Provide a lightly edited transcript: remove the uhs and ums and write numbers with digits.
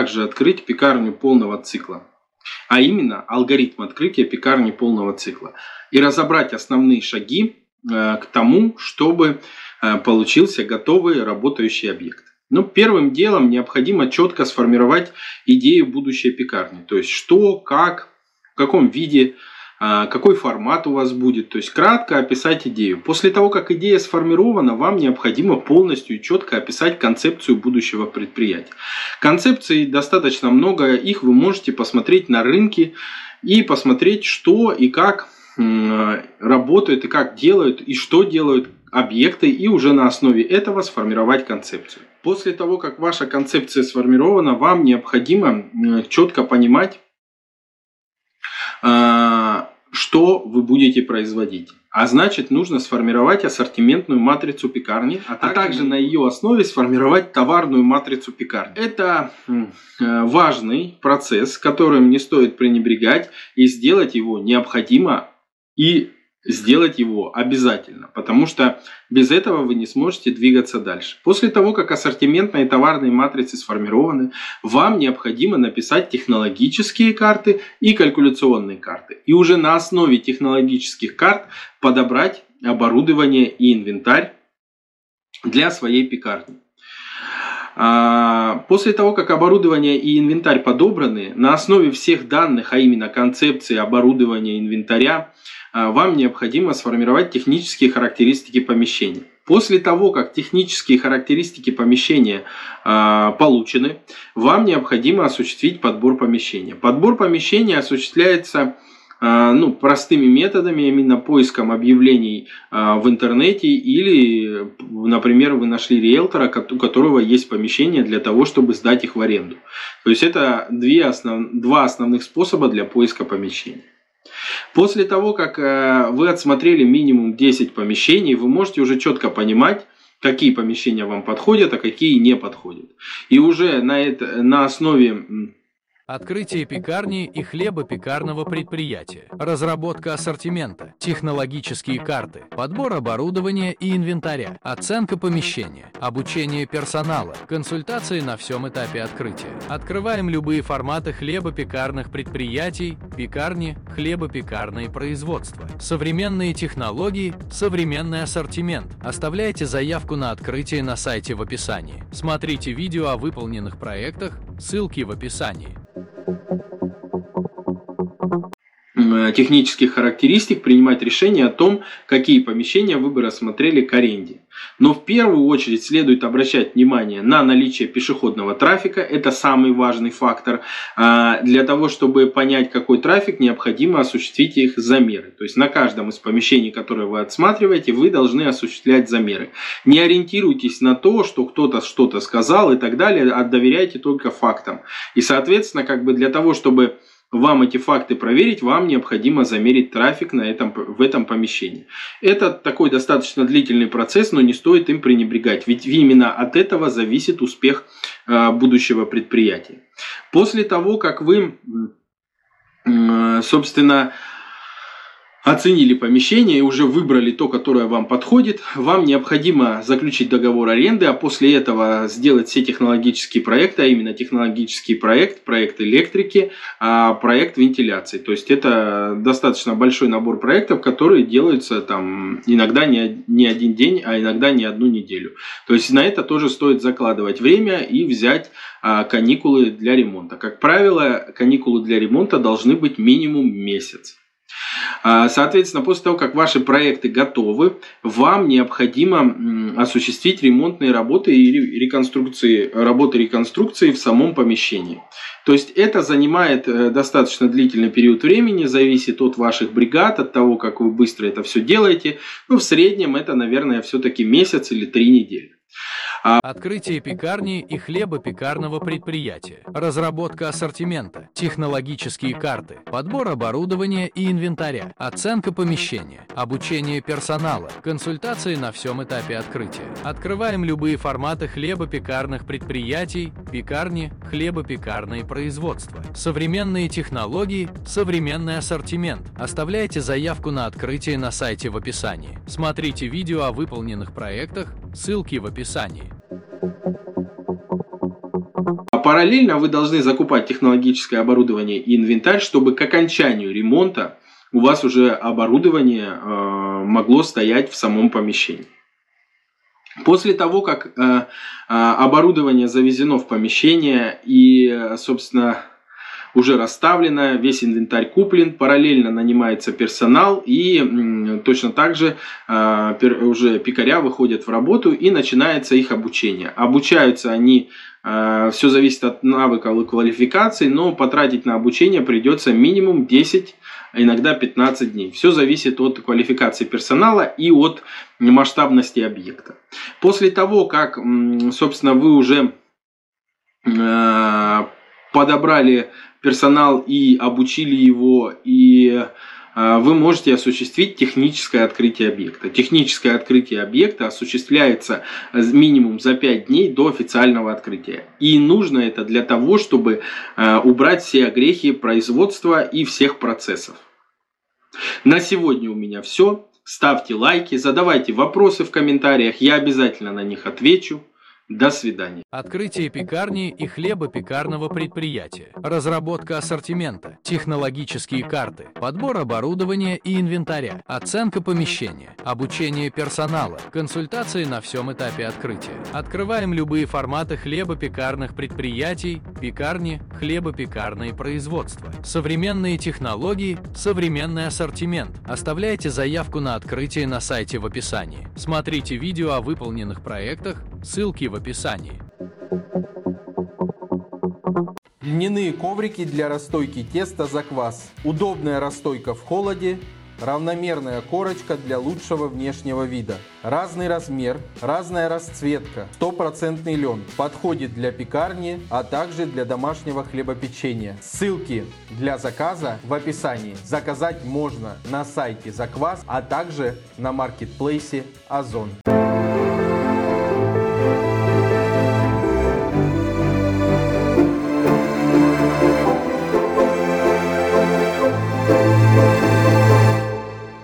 также открыть пекарню полного цикла, а именно алгоритм открытия пекарни полного цикла, и разобрать основные шаги к тому, чтобы получился готовый работающий объект. Но первым делом необходимо четко сформировать идею будущей пекарни, то есть что, как, в каком виде, какой формат у вас будет, то есть кратко описать идею. После того, как идея сформирована, вам необходимо полностью и четко описать концепцию будущего предприятия. Концепций достаточно много, их вы можете посмотреть на рынке и посмотреть, что и как работают, и как делают, и что делают объекты, и уже на основе этого сформировать концепцию. После того, как ваша концепция сформирована, вам необходимо четко понимать, что вы будете производить. А значит, нужно сформировать ассортиментную матрицу пекарни, а также на ее основе сформировать товарную матрицу пекарни. Это важный процесс, которым не стоит пренебрегать, и сделать его необходимо и сделать его обязательно, потому что без этого вы не сможете двигаться дальше. После того, как ассортиментные товарные матрицы сформированы, вам необходимо написать технологические карты и калькуляционные карты. И уже на основе технологических карт подобрать оборудование и инвентарь для своей пекарни. После того, как оборудование и инвентарь подобраны, на основе всех данных, а именно концепции оборудования, инвентаря, вам необходимо сформировать технические характеристики помещения. После того, как технические характеристики помещения получены, вам необходимо осуществить подбор помещения. Подбор помещения осуществляется простыми методами, именно поиском объявлений в интернете, или, например, вы нашли риэлтора, у которого есть помещение для того, чтобы сдать их в аренду. То есть это два основных способа для поиска помещений. После того, как вы отсмотрели минимум 10 помещений, вы можете уже четко понимать, какие помещения вам подходят, а какие не подходят. И уже на основе открытие пекарни и хлебопекарного предприятия, разработка ассортимента, технологические карты, подбор оборудования и инвентаря, оценка помещения, обучение персонала, консультации на всем этапе открытия. Открываем любые форматы хлебопекарных предприятий, пекарни, хлебопекарные производства. Современные технологии, современный ассортимент. Оставляйте заявку на открытие на сайте в описании. Смотрите видео о выполненных проектах, ссылки в описании. Технических характеристик принимать решение о том, какие помещения вы бы рассмотрели к аренде. Но в первую очередь следует обращать внимание на наличие пешеходного трафика. Это самый важный фактор. Для того, чтобы понять, какой трафик, необходимо осуществить их замеры. То есть на каждом из помещений, которые вы отсматриваете, вы должны осуществлять замеры. Не ориентируйтесь на то, что кто-то что-то сказал и так далее, а доверяйте только фактам. И, соответственно, для того, чтобы вам эти факты проверить, вам необходимо замерить трафик в этом помещении. Это такой достаточно длительный процесс, но не стоит им пренебрегать, ведь именно от этого зависит успех будущего предприятия. После того, как вы, собственно, оценили помещение и уже выбрали то, которое вам подходит, вам необходимо заключить договор аренды, а после этого сделать все технологические проекты, а именно технологический проект, проект электрики, проект вентиляции. То есть это достаточно большой набор проектов, которые делаются иногда не один день, а иногда не одну неделю. То есть на это тоже стоит закладывать время и взять каникулы для ремонта. Как правило, каникулы для ремонта должны быть минимум месяц. Соответственно, после того, как ваши проекты готовы, вам необходимо осуществить ремонтные работы и работы реконструкции в самом помещении. То есть это занимает достаточно длительный период времени, зависит от ваших бригад, от того, как вы быстро это все делаете. В среднем это, наверное, все-таки месяц или 3 недели. Открытие пекарни и хлебопекарного предприятия, разработка ассортимента, технологические карты, подбор оборудования и инвентаря, оценка помещения, обучение персонала, консультации на всем этапе открытия. Открываем любые форматы хлебопекарных предприятий, пекарни, хлебопекарные производства. Современные технологии, современный ассортимент. Оставляйте заявку на открытие на сайте в описании. Смотрите видео о выполненных проектах, ссылки в описании. параллельно вы должны закупать технологическое оборудование и инвентарь, чтобы к окончанию ремонта у вас уже оборудование могло стоять в самом помещении. После того, как оборудование завезено в помещение и, собственно, уже расставлено, весь инвентарь куплен, параллельно нанимается персонал и точно так же уже пекаря выходят в работу и начинается их обучение. Обучаются они, все зависит от навыков и квалификаций, но потратить на обучение придется минимум 10, иногда 15 дней. Все зависит от квалификации персонала и от масштабности объекта. После того, как, собственно, вы уже подобрали персонал и обучили его, и вы можете осуществить техническое открытие объекта. Техническое открытие объекта осуществляется минимум за 5 дней до официального открытия. И нужно это для того, чтобы убрать все огрехи производства и всех процессов. На сегодня у меня все. Ставьте лайки, задавайте вопросы в комментариях, я обязательно на них отвечу. До свидания. Открытие пекарни и хлебопекарного предприятия, разработка ассортимента, технологические карты, подбор оборудования и инвентаря, оценка помещения, обучение персонала, консультации на всем этапе открытия. Открываем любые форматы хлебопекарных предприятий, пекарни, хлебопекарные производства. Современные технологии, современный ассортимент. Оставляйте заявку на открытие на сайте в описании. Смотрите видео о выполненных проектах, ссылки в описании. Льняные коврики для расстойки теста за квас. Удобная расстойка в холоде. Равномерная корочка для лучшего внешнего вида. Разный размер, разная расцветка. 100% лен. Подходит для пекарни, а также для домашнего хлебопечения. Ссылки для заказа в описании. Заказать можно на сайте Заквас, а также на маркетплейсе Озон.